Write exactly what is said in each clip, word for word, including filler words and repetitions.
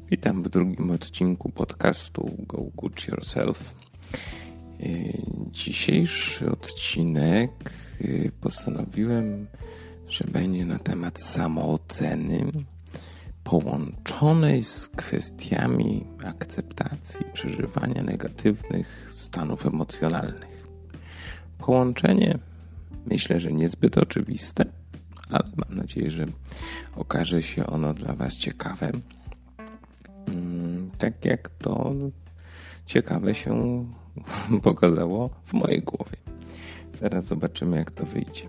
Witam w drugim odcinku podcastu Go Coach Yourself. Dzisiejszy odcinek postanowiłem, że będzie na temat samooceny połączonej z kwestiami akceptacji, przeżywania negatywnych stanów emocjonalnych. Połączenie myślę, że niezbyt oczywiste, ale mam nadzieję, że okaże się ono dla Was ciekawe. Tak jak to ciekawe się pokazało w mojej głowie. Zaraz zobaczymy, jak to wyjdzie.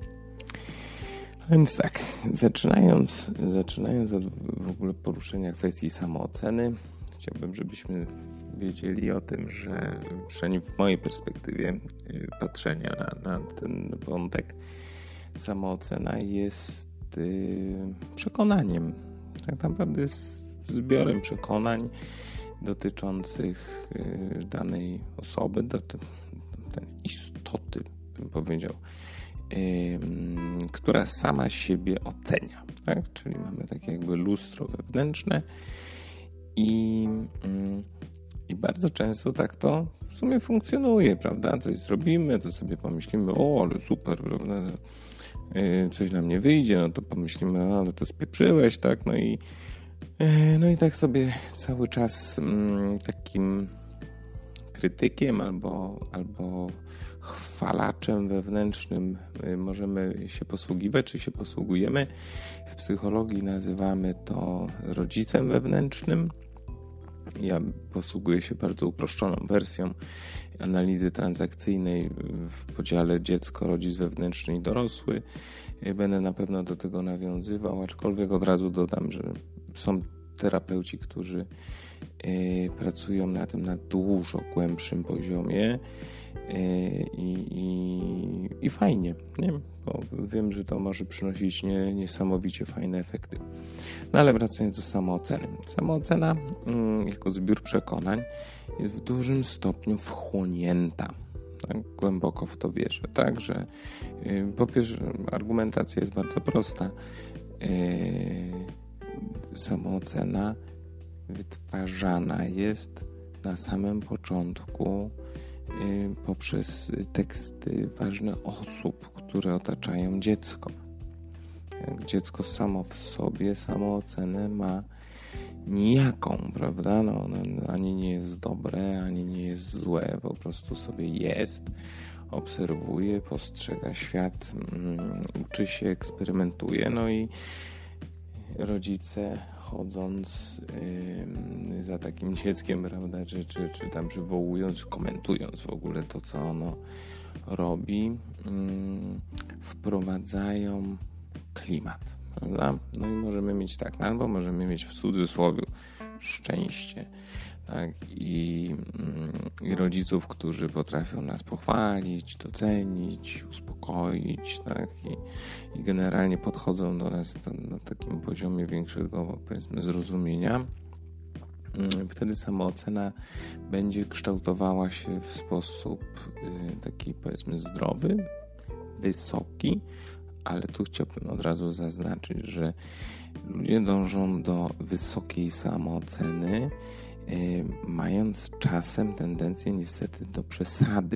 A więc tak, zaczynając, zaczynając od w ogóle poruszenia kwestii samooceny, chciałbym, żebyśmy wiedzieli o tym, że przynajmniej w mojej perspektywie patrzenia na, na ten wątek, samoocena jest yy, przekonaniem. Tak naprawdę jest zbiorem przekonań dotyczących yy, danej osoby, do, do, do istoty, bym powiedział, yy, która sama siebie ocenia. Tak? Czyli mamy takie jakby lustro wewnętrzne i, yy, i bardzo często tak to w sumie funkcjonuje, prawda? Coś zrobimy, to sobie pomyślimy, o, ale super, prawda? Coś na mnie wyjdzie, no to pomyślimy, o, ale to spieprzyłeś, tak? No i No i tak sobie cały czas mm, takim krytykiem albo, albo chwalaczem wewnętrznym możemy się posługiwać, czy się posługujemy. W psychologii nazywamy to rodzicem wewnętrznym. Ja posługuję się bardzo uproszczoną wersją analizy transakcyjnej w podziale dziecko, rodzic wewnętrzny i dorosły. Będę na pewno do tego nawiązywał, aczkolwiek od razu dodam, że są terapeuci, którzy y, pracują na tym na dużo głębszym poziomie y, i, i fajnie, nie? Bo wiem, że to może przynosić nie, niesamowicie fajne efekty. No ale wracając do samooceny. Samoocena y, jako zbiór przekonań jest w dużym stopniu wchłonięta. Tak, głęboko w to wierzę, tak, że y, po pierwsze argumentacja jest bardzo prosta. Y, Samoocena wytwarzana jest na samym początku y, poprzez teksty ważne osób, które otaczają dziecko. Jak dziecko samo w sobie samoocenę ma nijaką, prawda? No, ono ani nie jest dobre, ani nie jest złe, po prostu sobie jest, obserwuje, postrzega świat, um, uczy się, eksperymentuje, no i rodzice chodząc yy, za takim dzieckiem, prawda, czy, czy, czy tam przywołując, czy komentując w ogóle to, co ono robi, yy, wprowadzają klimat, prawda? No i możemy mieć tak, albo możemy mieć w cudzysłowie szczęście, tak, i, i rodziców, którzy potrafią nas pochwalić, docenić, uspokoić, tak, i, i generalnie podchodzą do nas na, na takim poziomie większego, powiedzmy, zrozumienia. Wtedy samoocena będzie kształtowała się w sposób y, taki, powiedzmy, zdrowy, wysoki, ale tu chciałbym od razu zaznaczyć, że ludzie dążą do wysokiej samooceny, mając czasem tendencję niestety do przesady.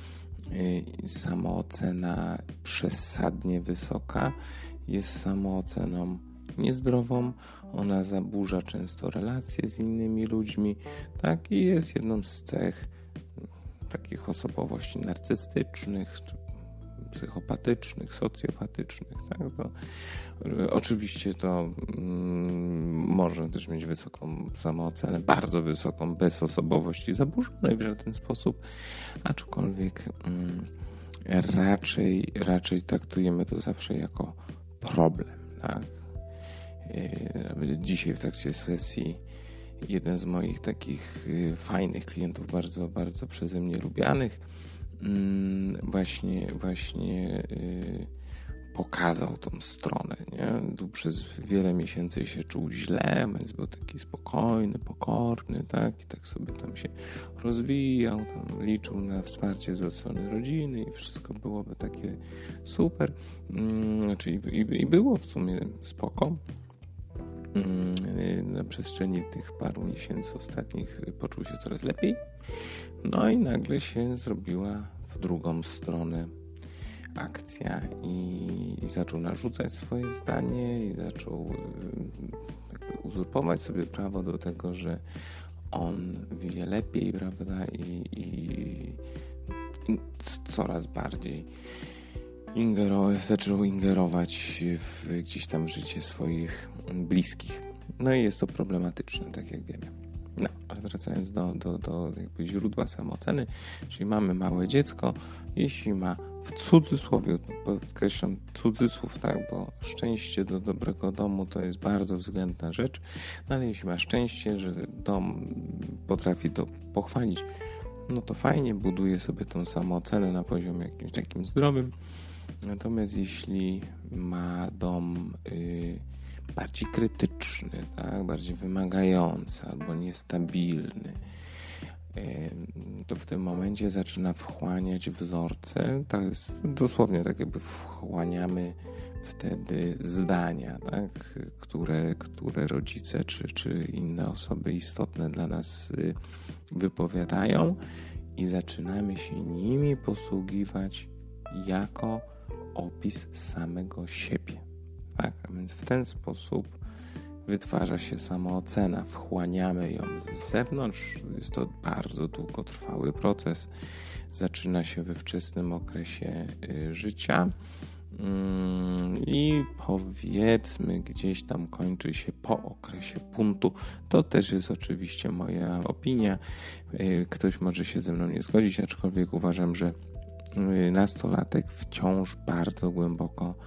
Samoocena przesadnie wysoka jest samooceną niezdrową, ona zaburza często relacje z innymi ludźmi, tak, i jest jedną z cech takich osobowości narcystycznych, czy psychopatycznych, socjopatycznych, tak? To, oczywiście to mm, może też mieć wysoką samoocenę, bardzo wysoką, bezosobowość i zaburzonej w żaden sposób, aczkolwiek mm, raczej, raczej traktujemy to zawsze jako problem, tak? Yy, dzisiaj w trakcie sesji jeden z moich takich yy, fajnych klientów, bardzo, bardzo przeze mnie lubianych, właśnie właśnie yy, pokazał tą stronę, nie? Tu przez wiele miesięcy się czuł źle, więc był taki spokojny, pokorny, tak? I tak sobie tam się rozwijał, tam liczył na wsparcie ze strony rodziny i wszystko byłoby takie super. Yy, czyli i, i było w sumie spoko. na przestrzeni tych paru miesięcy ostatnich poczuł się coraz lepiej. No i nagle się zrobiła w drugą stronę akcja i, i zaczął narzucać swoje zdanie i zaczął jakby uzurpować sobie prawo do tego, że on wie lepiej, prawda, i, i, i coraz bardziej ingerować, zaczął ingerować w, gdzieś tam w życie swoich bliskich. No i jest to problematyczne, tak jak wiemy. No, ale wracając do, do, do jakby źródła samooceny, czyli mamy małe dziecko, jeśli ma w cudzysłowie, podkreślam cudzysłów, tak, bo szczęście do dobrego domu to jest bardzo względna rzecz, no ale jeśli ma szczęście, że dom potrafi to pochwalić, no to fajnie, buduje sobie tą samoocenę na poziomie jakimś takim zdrowym. Natomiast jeśli ma dom yy, bardziej krytyczny, tak, bardziej wymagający albo niestabilny, yy, to w tym momencie zaczyna wchłaniać wzorce. To jest dosłownie tak, jakby wchłaniamy wtedy zdania, tak, które, które rodzice czy, czy inne osoby istotne dla nas yy, wypowiadają i zaczynamy się nimi posługiwać jako opis samego siebie. Tak, a więc w ten sposób wytwarza się samoocena, wchłaniamy ją z zewnątrz. Jest to bardzo długotrwały proces. Zaczyna się we wczesnym okresie y, życia y, i powiedzmy gdzieś tam kończy się po okresie buntu. To też jest oczywiście moja opinia. Y, ktoś może się ze mną nie zgodzić, aczkolwiek uważam, że nastolatek wciąż bardzo głęboko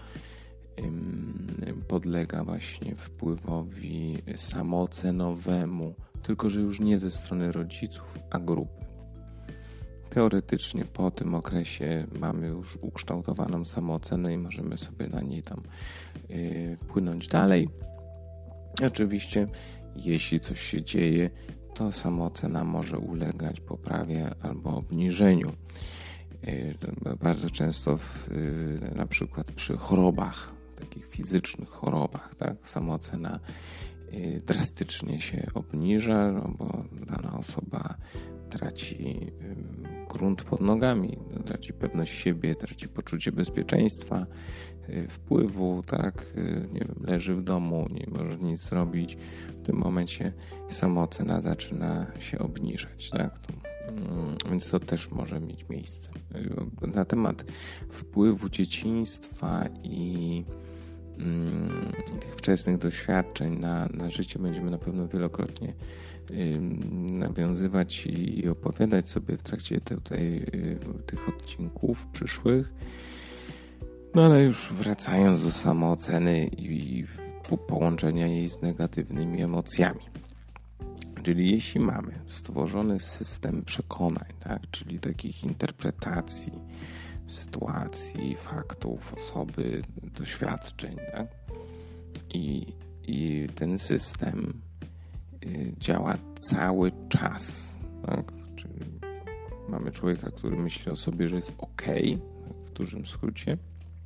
podlega właśnie wpływowi samoocenowemu, tylko że już nie ze strony rodziców, a grupy. Teoretycznie po tym okresie mamy już ukształtowaną samoocenę i możemy sobie na niej tam yy, płynąć dalej. Oczywiście, jeśli coś się dzieje, to samoocena może ulegać poprawie albo obniżeniu. Bardzo często w, na przykład przy chorobach, takich fizycznych chorobach, tak, samoocena drastycznie się obniża, no bo dana osoba traci grunt pod nogami, traci pewność siebie, traci poczucie bezpieczeństwa, wpływu, tak, nie wiem, leży w domu, nie może nic zrobić. W tym momencie samoocena zaczyna się obniżać, tak. To, więc to też może mieć miejsce. Na temat wpływu dzieciństwa i mm, tych wczesnych doświadczeń na, na życie będziemy na pewno wielokrotnie y, nawiązywać i, i opowiadać sobie w trakcie tutaj y, tych odcinków przyszłych. No ale już wracając do samooceny i, i połączenia jej z negatywnymi emocjami. Czyli jeśli mamy stworzony system przekonań, tak, czyli takich interpretacji sytuacji, faktów, osoby, doświadczeń, tak, i, i ten system y, działa cały czas, tak, czyli mamy człowieka, który myśli o sobie, że jest ok, w dużym skrócie,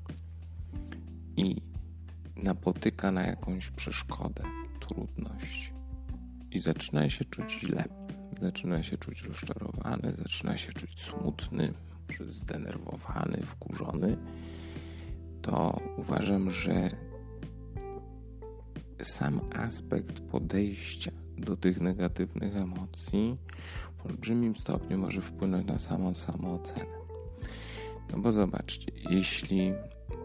i napotyka na jakąś przeszkodę, trudność. I zaczyna się czuć źle, zaczyna się czuć rozczarowany, zaczyna się czuć smutny, zdenerwowany, wkurzony, to uważam, że sam aspekt podejścia do tych negatywnych emocji w olbrzymim stopniu może wpłynąć na samą samoocenę. No bo zobaczcie, jeśli yy,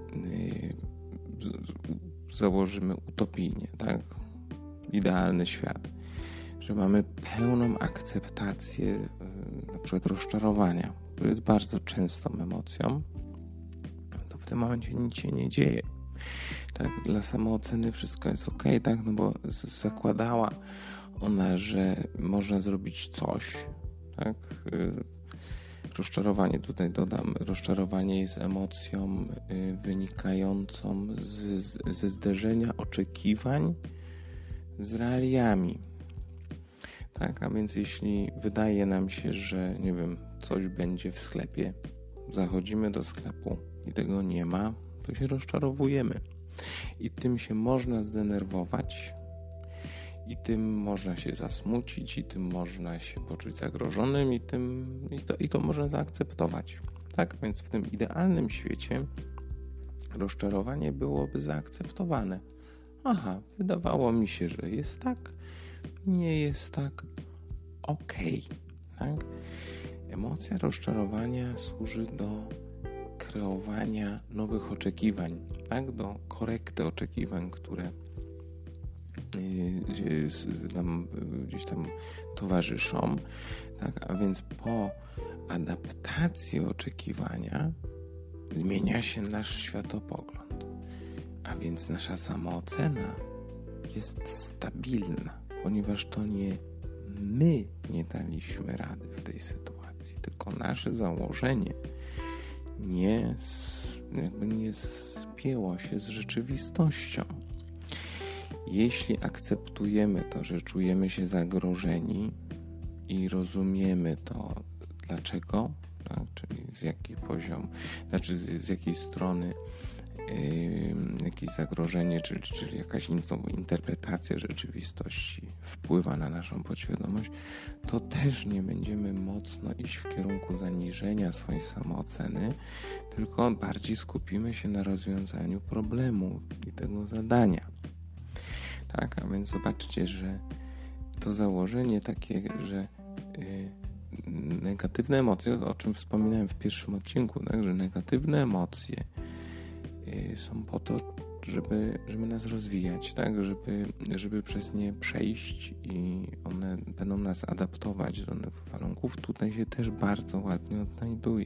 założymy utopijnie, tak, idealny świat, że mamy pełną akceptację yy, na przykład rozczarowania, które jest bardzo częstą emocją, to w tym momencie nic się nie dzieje. Tak, dla samooceny wszystko jest ok, tak, no bo zakładała ona, że można zrobić coś, tak. Yy, rozczarowanie, tutaj dodam, rozczarowanie jest emocją yy, wynikającą z, z, ze zderzenia oczekiwań z realiami. Tak, a więc jeśli wydaje nam się, że nie wiem, coś będzie w sklepie, zachodzimy do sklepu i tego nie ma, to się rozczarowujemy. I tym się można zdenerwować, i tym można się zasmucić, i tym można się poczuć zagrożonym, i, tym, i, to, i to można zaakceptować. Tak, więc w tym idealnym świecie rozczarowanie byłoby zaakceptowane. Aha, wydawało mi się, że jest tak, nie jest tak, okej. Tak? Emocja rozczarowania służy do kreowania nowych oczekiwań, tak? Do korekty oczekiwań, które nam gdzieś tam towarzyszą, tak? A więc po adaptacji oczekiwania zmienia się nasz światopogląd, a więc nasza samoocena jest stabilna, ponieważ to nie my nie daliśmy rady w tej sytuacji, tylko nasze założenie nie, jakby nie spięło się z rzeczywistością. Jeśli akceptujemy to, że czujemy się zagrożeni i rozumiemy to, dlaczego, tak? Czyli z jaki poziom, znaczy z, z jakiej strony yy, jakieś zagrożenie, czyli, czyli jakaś interpretacja rzeczywistości wpływa na naszą podświadomość, to też nie będziemy mocno iść w kierunku zaniżenia swojej samooceny, tylko bardziej skupimy się na rozwiązaniu problemu i tego zadania. Tak, a więc zobaczcie, że to założenie takie, że yy, negatywne emocje, o czym wspominałem w pierwszym odcinku, tak, że negatywne emocje yy, są po to, żeby, żeby nas rozwijać, tak, żeby, żeby przez nie przejść i one będą nas adaptować do nowych warunków. Tutaj się też bardzo ładnie odnajduje.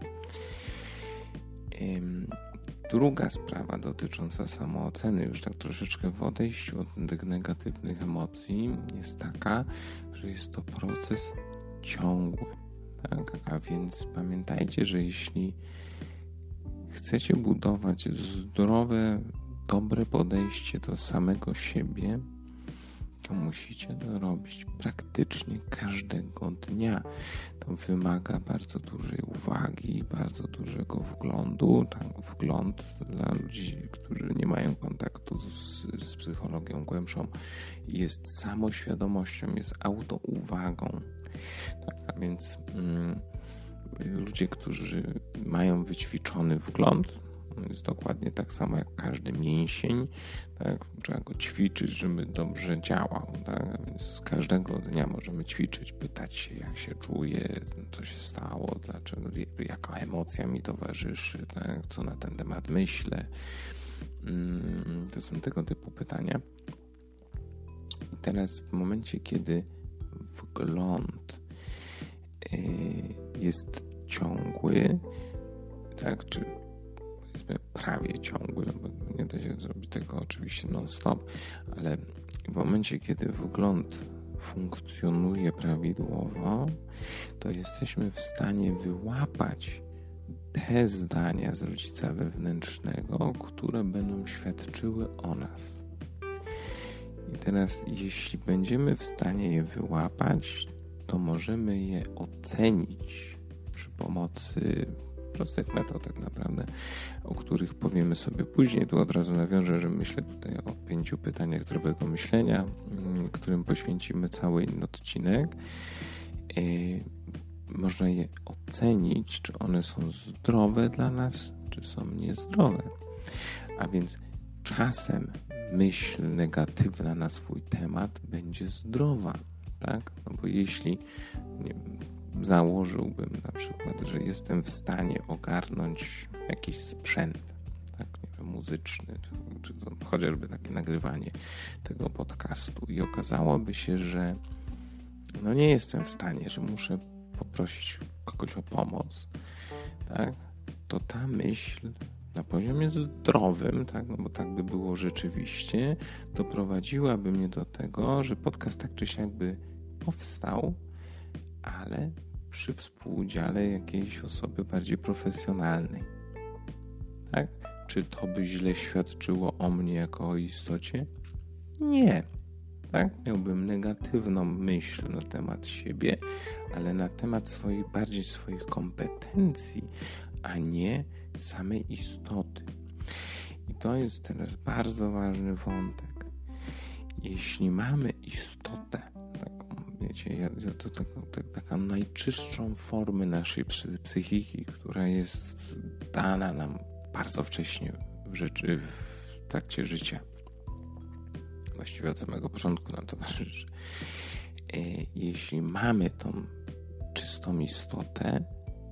Yy, Druga sprawa dotycząca samooceny, już tak troszeczkę w odejściu od tych negatywnych emocji, jest taka, że jest to proces ciągły. Tak? A więc pamiętajcie, że jeśli chcecie budować zdrowe, dobre podejście do samego siebie, to musicie to robić praktycznie każdego dnia. To wymaga bardzo dużej uwagi, bardzo dużego wglądu. Tak, wgląd dla ludzi, którzy nie mają kontaktu z, z psychologią głębszą, jest samoświadomością, jest autouwagą. Tak, a więc mm, ludzie, którzy mają wyćwiczony wgląd, jest dokładnie tak samo jak każdy mięsień, tak? Trzeba go ćwiczyć, żeby dobrze działał, tak? A więc z każdego dnia możemy ćwiczyć, pytać się, jak się czuję, co się stało, dlaczego, jaka emocja mi towarzyszy, tak? Co na ten temat myślę. To są tego typu pytania. I teraz w momencie, kiedy wgląd jest ciągły, tak? Czy prawie ciągły, no bo nie da się zrobić tego oczywiście non-stop, ale w momencie, kiedy wgląd funkcjonuje prawidłowo, to jesteśmy w stanie wyłapać te zdania z rodzica wewnętrznego, które będą świadczyły o nas. I teraz, jeśli będziemy w stanie je wyłapać, to możemy je ocenić przy pomocy prostych metod tak naprawdę, o których powiemy sobie później. Tu od razu nawiążę, że myślę tutaj o pięciu pytaniach zdrowego myślenia, którym poświęcimy cały inny odcinek. Można je ocenić, czy one są zdrowe dla nas, czy są niezdrowe. A więc czasem myśl negatywna na swój temat będzie zdrowa, tak? No bo jeśli nie wiem, założyłbym na przykład, że jestem w stanie ogarnąć jakiś sprzęt, tak, nie wiem, muzyczny, czy to chociażby takie nagrywanie tego podcastu i okazałoby się, że no nie jestem w stanie, że muszę poprosić kogoś o pomoc, tak, to ta myśl na poziomie zdrowym, tak, no bo tak by było rzeczywiście, doprowadziłaby mnie do tego, że podcast tak czy siak by powstał, ale przy współudziale jakiejś osoby bardziej profesjonalnej. Tak? Czy to by źle świadczyło o mnie jako o istocie? Nie. Tak? Miałbym negatywną myśl na temat siebie, ale na temat swoich, bardziej swoich kompetencji, a nie samej istoty. I to jest teraz bardzo ważny wątek. jeśli mamy istotę, taką, wiecie, to taką, taką najczystszą formę naszej psychiki, która jest dana nam bardzo wcześnie w, rzeczy, w trakcie życia, właściwie od samego początku nam towarzyszy. Jeśli mamy tą czystą istotę,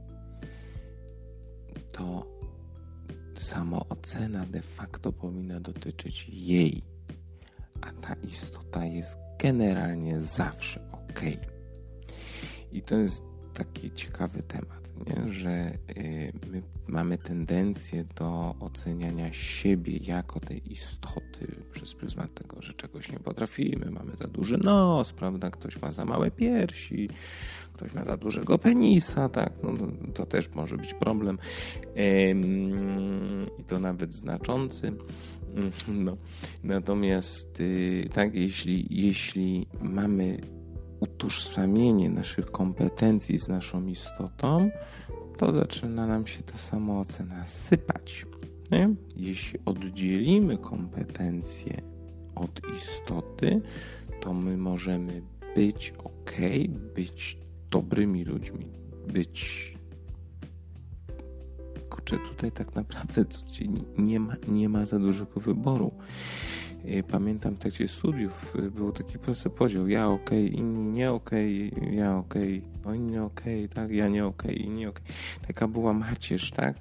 to samoocena de facto powinna dotyczyć jej, a ta istota jest generalnie zawsze ok. I to jest taki ciekawy temat, nie? Że my mamy tendencję do oceniania siebie jako tej istoty przez pryzmat tego, że czegoś nie potrafimy, mamy za duży nos, prawda? Ktoś ma za małe piersi, ktoś ma za dużego penisa, tak? No, to, to też może być problem. I to nawet znaczący. No. Natomiast tak, jeśli, jeśli mamy utożsamienie naszych kompetencji z naszą istotą, to zaczyna nam się ta samoocena sypać. Nie? Jeśli oddzielimy kompetencje od istoty, to my możemy być ok, być dobrymi ludźmi, być... Kurczę, tutaj tak naprawdę nie ma, nie ma za dużego wyboru. Pamiętam w trakcie studiów był taki prosty podział. Ja okej, okay, inni nie okej, okay, ja okej, okay, inni okej, okay, tak, ja nie okej, okay, inni okej. Okay. Taka była macierz, tak?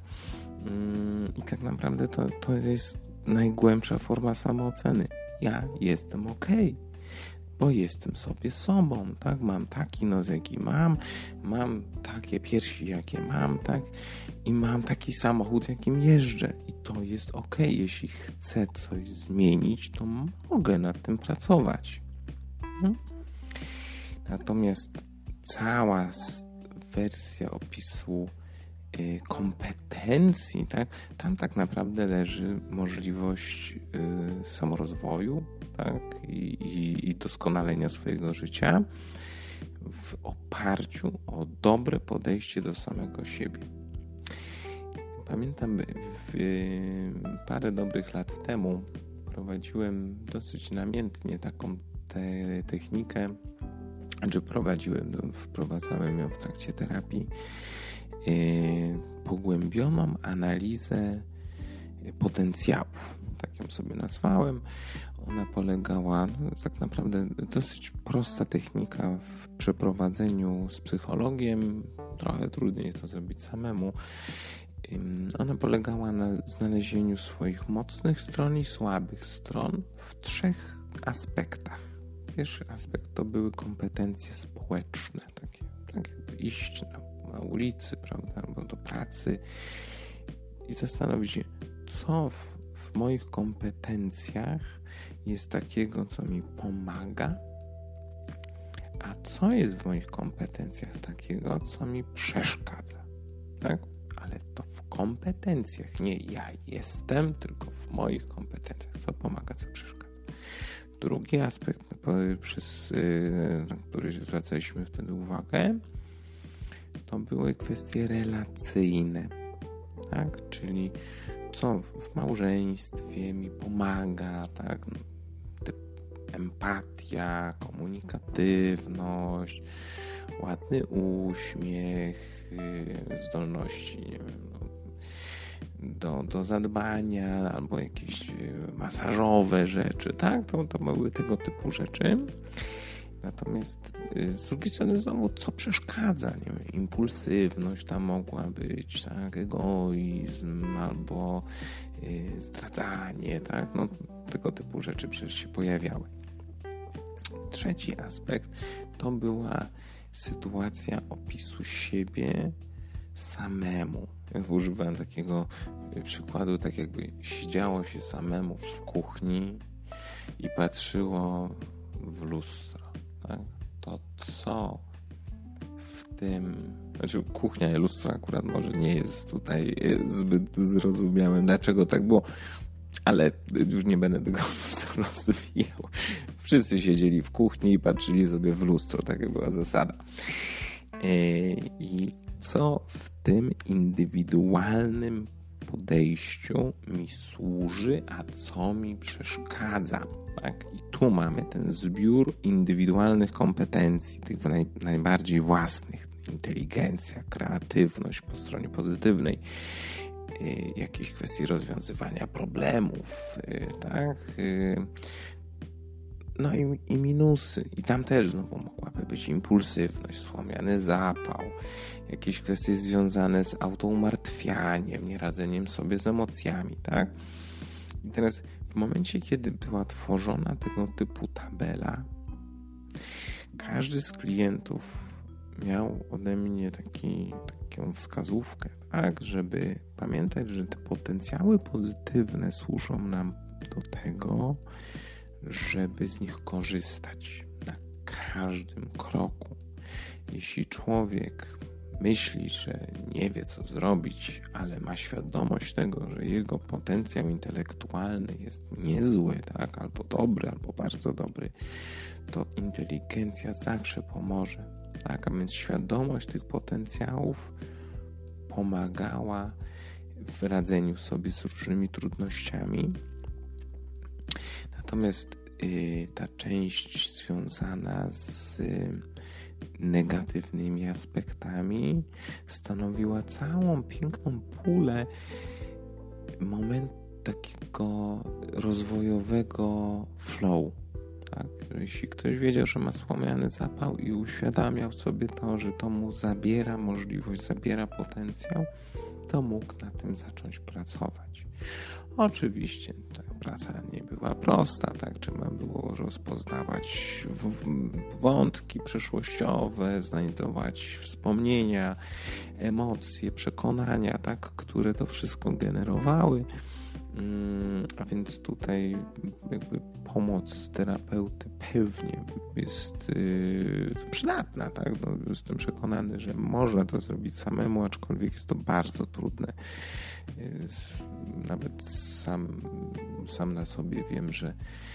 I tak naprawdę to, to jest najgłębsza forma samooceny. Ja jestem okej, bo jestem sobie sobą, tak? Mam taki nos, jaki mam, mam takie piersi, jakie mam, tak? I mam taki samochód, jakim jeżdżę. I to jest okej. Jeśli chcę coś zmienić, to mogę nad tym pracować. No? Natomiast cała wersja opisu y, kompetencji, tak? Tam tak naprawdę leży możliwość y, samorozwoju, tak? I, i, i doskonalenia swojego życia w oparciu o dobre podejście do samego siebie. Pamiętam, w, parę dobrych lat temu prowadziłem dosyć namiętnie taką te, technikę, czy prowadziłem, wprowadzałem ją w trakcie terapii, yy, pogłębioną analizę potencjałów. Tak ją sobie nazwałem. Ona polegała, no, tak naprawdę dosyć prosta technika w przeprowadzeniu z psychologiem. Trochę trudniej to zrobić samemu. Ona polegała na znalezieniu swoich mocnych stron i słabych stron w trzech aspektach. Pierwszy aspekt to były kompetencje społeczne, takie, tak jakby iść na, na ulicy, prawda, albo do pracy i zastanowić się, co w, w moich kompetencjach jest takiego, co mi pomaga, a co jest w moich kompetencjach takiego, co mi przeszkadza, tak? Ale to w kompetencjach, nie ja jestem, tylko w moich kompetencjach, co pomaga, co przeszkadza. Drugi aspekt, przez, na który zwracaliśmy wtedy uwagę, to były kwestie relacyjne, tak? Czyli co w małżeństwie mi pomaga, tak? Empatia, komunikatywność, ładny uśmiech, zdolności, nie wiem, no, do, do zadbania albo jakieś masażowe rzeczy, tak? To, to były tego typu rzeczy. Natomiast z drugiej strony znowu, co przeszkadza? Nie wiem, impulsywność tam mogła być, tak? Egoizm albo y, zdradzanie, tak? No, tego typu rzeczy przecież się pojawiały. Trzeci aspekt to była sytuacja opisu siebie samemu. Ja używałem takiego przykładu, tak jakby siedziało się samemu w kuchni i patrzyło w lustro. Tak? To co w tym... Znaczy kuchnia i lustro akurat może nie jest tutaj zbyt zrozumiałe, dlaczego tak było, ale już nie będę tego rozwijał. Wszyscy siedzieli w kuchni i patrzyli sobie w lustro, taka była zasada. I co w tym indywidualnym podejściu mi służy, a co mi przeszkadza. Tak? I tu mamy ten zbiór indywidualnych kompetencji, tych naj, najbardziej własnych. Inteligencja, kreatywność po stronie pozytywnej, yy, jakieś kwestie rozwiązywania problemów, yy, tak? Yy, No i, i minusy. I tam też znowu mogłaby być impulsywność, słomiany zapał, jakieś kwestie związane z autoumartwianiem, nieradzeniem sobie z emocjami, tak? I teraz w momencie, kiedy była tworzona tego typu tabela, każdy z klientów miał ode mnie taki, taką wskazówkę, tak? Żeby pamiętać, że te potencjały pozytywne służą nam do tego, żeby z nich korzystać na każdym kroku. Jeśli człowiek myśli, że nie wie, co zrobić, ale ma świadomość tego, że jego potencjał intelektualny jest niezły, tak, albo dobry, albo bardzo dobry, to inteligencja zawsze pomoże. Tak? A więc świadomość tych potencjałów pomagała w radzeniu sobie z różnymi trudnościami. Natomiast y, ta część związana z y, negatywnymi aspektami stanowiła całą piękną pulę moment takiego rozwojowego flow. Tak? Jeśli ktoś wiedział, że ma słomiany zapał i uświadamiał sobie to, że to mu zabiera możliwość, zabiera potencjał, to mógł na tym zacząć pracować. Oczywiście ta praca nie była prosta, tak? Trzeba było rozpoznawać wątki przeszłościowe, znajdować wspomnienia, emocje, przekonania, tak? Które to wszystko generowały. A więc tutaj jakby pomoc terapeuty pewnie jest yy, przydatna, tak? No, jestem przekonany, że można to zrobić samemu, aczkolwiek jest to bardzo trudne. Jest, nawet sam, sam na sobie wiem, że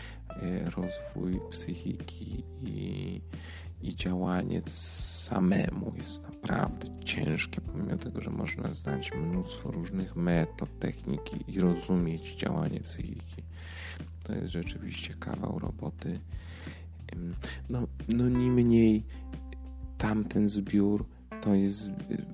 rozwój psychiki i, i działanie samemu jest naprawdę ciężkie, pomimo tego, że można znać mnóstwo różnych metod, techniki i rozumieć działanie psychiki. To jest rzeczywiście kawał roboty. No, no niemniej tamten zbiór to jest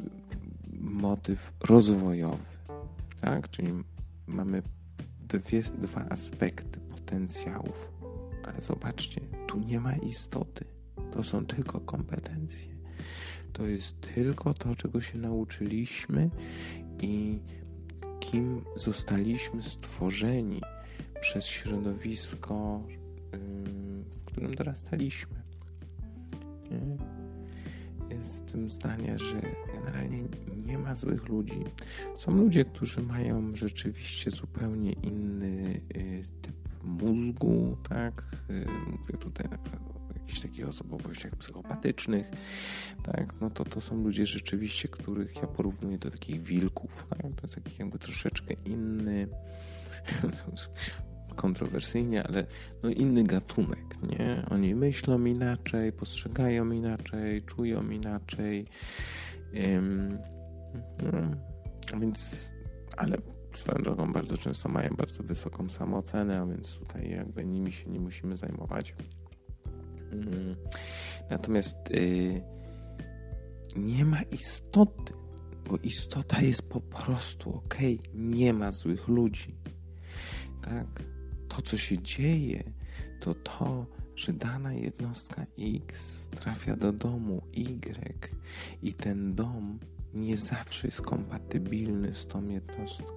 motyw rozwojowy, tak? Czyli mamy dwie, dwa aspekty potencjałów, ale zobaczcie, tu nie ma istoty. To są tylko kompetencje. To jest tylko to, czego się nauczyliśmy i kim zostaliśmy stworzeni przez środowisko, w którym dorastaliśmy. Jestem zdania, że generalnie nie ma złych ludzi. Są ludzie, którzy mają rzeczywiście zupełnie inny typ mózgu, tak? Mówię tutaj na przykład o jakichś takich osobowościach psychopatycznych, tak? No to to są ludzie rzeczywiście, których ja porównuję do takich wilków, tak? To jest taki jakby troszeczkę inny, kontrowersyjnie, ale no inny gatunek, nie? Oni myślą inaczej, postrzegają inaczej, czują inaczej, um, no, więc, ale swoją drogą bardzo często mają bardzo wysoką samoocenę, a więc tutaj jakby nimi się nie musimy zajmować. Um, natomiast y, nie ma istoty, bo istota jest po prostu okej, okay, nie ma złych ludzi, tak? To, co się dzieje, to to, że dana jednostka X trafia do domu Y i ten dom nie zawsze jest kompatybilny z tą jednostką.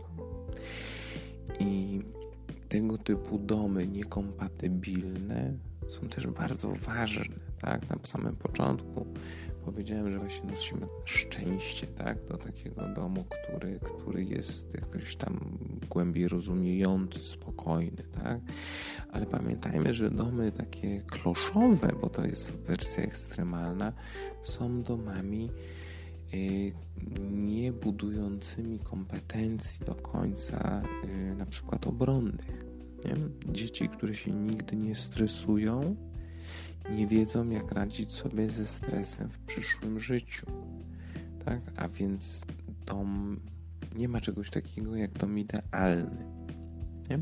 I tego typu domy niekompatybilne są też bardzo ważne, tak? Na samym początku powiedziałem, że właśnie nosimy szczęście, tak? Do takiego domu, który, który jest jakoś tam głębiej rozumiejący, spokojny, tak? Ale pamiętajmy, że domy takie kloszowe, bo to jest wersja ekstremalna, są domami yy, nie budującymi kompetencji do końca, yy, na przykład obronnych. Nie? Dzieci, które się nigdy nie stresują, nie wiedzą, jak radzić sobie ze stresem w przyszłym życiu. Tak? A więc dom nie ma czegoś takiego jak dom idealny. Nie?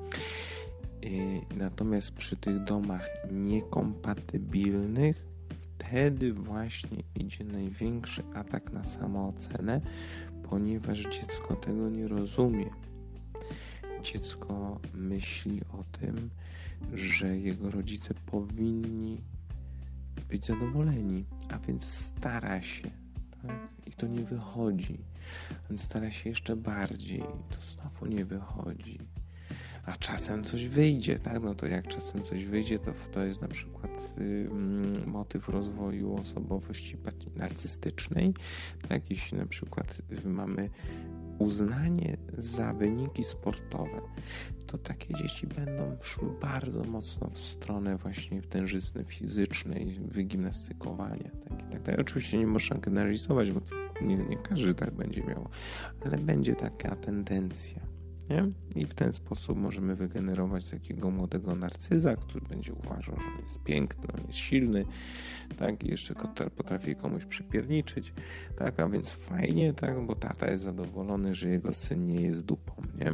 Natomiast przy tych domach niekompatybilnych wtedy właśnie idzie największy atak na samoocenę, ponieważ dziecko tego nie rozumie. Dziecko myśli o tym, że jego rodzice powinni być zadowoleni, a więc stara się. Tak? I to nie wychodzi. Więc stara się jeszcze bardziej. To znowu nie wychodzi. A czasem coś wyjdzie, tak? No to jak czasem coś wyjdzie, to to jest na przykład y, motyw rozwoju osobowości narcystycznej. Tak? Jeśli na przykład y, mamy uznanie za wyniki sportowe, to takie dzieci będą szły bardzo mocno w stronę właśnie tężyzny fizycznej, wygimnastykowania. Tak, i tak, tak. Oczywiście nie można generalizować, bo nie, nie każdy tak będzie miał, ale będzie taka tendencja. Nie? I w ten sposób możemy wygenerować takiego młodego narcyza, który będzie uważał, że on jest piękny, on jest silny, tak, i jeszcze potrafi komuś przypierniczyć, tak, a więc fajnie, tak, bo tata jest zadowolony, że jego syn nie jest dupą, nie?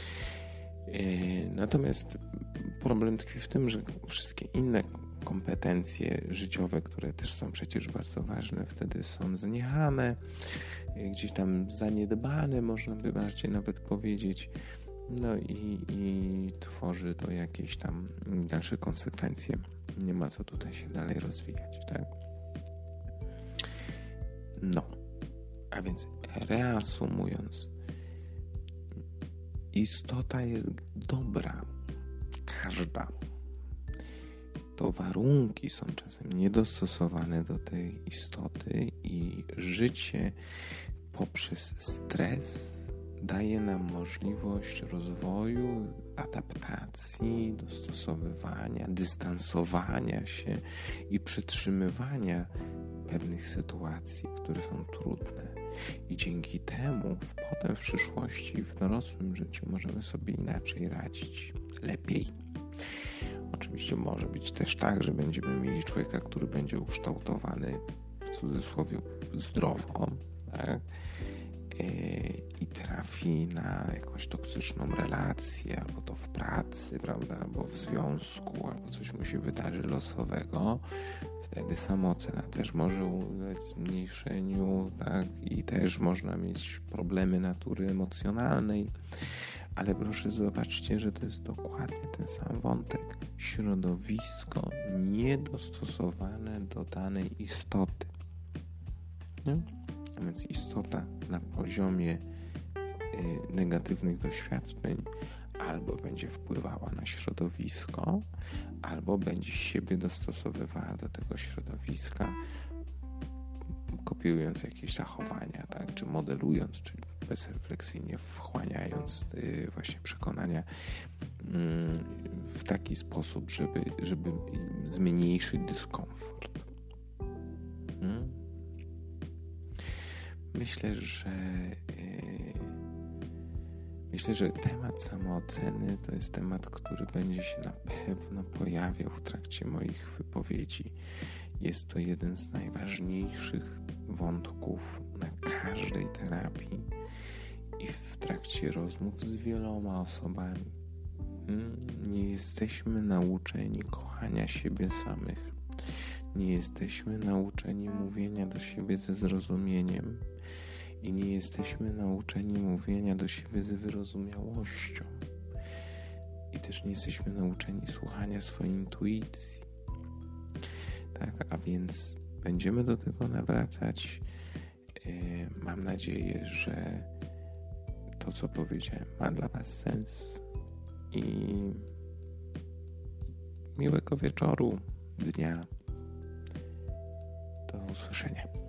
Natomiast problem tkwi w tym, że wszystkie inne kompetencje życiowe, które też są przecież bardzo ważne, wtedy są zaniechane, gdzieś tam zaniedbane, można by bardziej nawet powiedzieć, no i, i tworzy to jakieś tam dalsze konsekwencje. Nie ma co tutaj się dalej rozwijać, tak? No, a więc reasumując, istota jest dobra, każda. To warunki są czasem niedostosowane do tej istoty i życie poprzez stres daje nam możliwość rozwoju, adaptacji, dostosowywania, dystansowania się i przytrzymywania pewnych sytuacji, które są trudne. I dzięki temu w, potem w przyszłości, w dorosłym życiu możemy sobie inaczej radzić, lepiej. Oczywiście może być też tak, że będziemy mieli człowieka, który będzie ukształtowany w cudzysłowie zdrowo, tak? I trafi na jakąś toksyczną relację, albo to w pracy, prawda, albo w związku, albo coś mu się wydarzy losowego, wtedy samoocena też może ulec zmniejszeniu, tak, i też można mieć problemy natury emocjonalnej, ale proszę zobaczcie, że to jest dokładnie ten sam wątek. Środowisko niedostosowane do danej istoty. Nie? A więc istota na poziomie y, negatywnych doświadczeń albo będzie wpływała na środowisko, albo będzie siebie dostosowywała do tego środowiska, kopiując jakieś zachowania, tak? Czy modelując, czy bezrefleksyjnie wchłaniając y, właśnie przekonania y, w taki sposób, żeby, żeby zmniejszyć dyskomfort. Hmm? Myślę, że yy, myślę, że temat samooceny to jest temat, który będzie się na pewno pojawiał w trakcie moich wypowiedzi. Jest to jeden z najważniejszych wątków na każdej terapii i w trakcie rozmów z wieloma osobami. Nie jesteśmy nauczeni kochania siebie samych. Nie jesteśmy nauczeni mówienia do siebie ze zrozumieniem i nie jesteśmy nauczeni mówienia do siebie z wyrozumiałością. I też nie jesteśmy nauczeni słuchania swojej intuicji. Tak, a więc będziemy do tego nawracać. Mam nadzieję, że to, co powiedziałem, ma dla Was sens i miłego wieczoru, dnia. Do usłyszenia.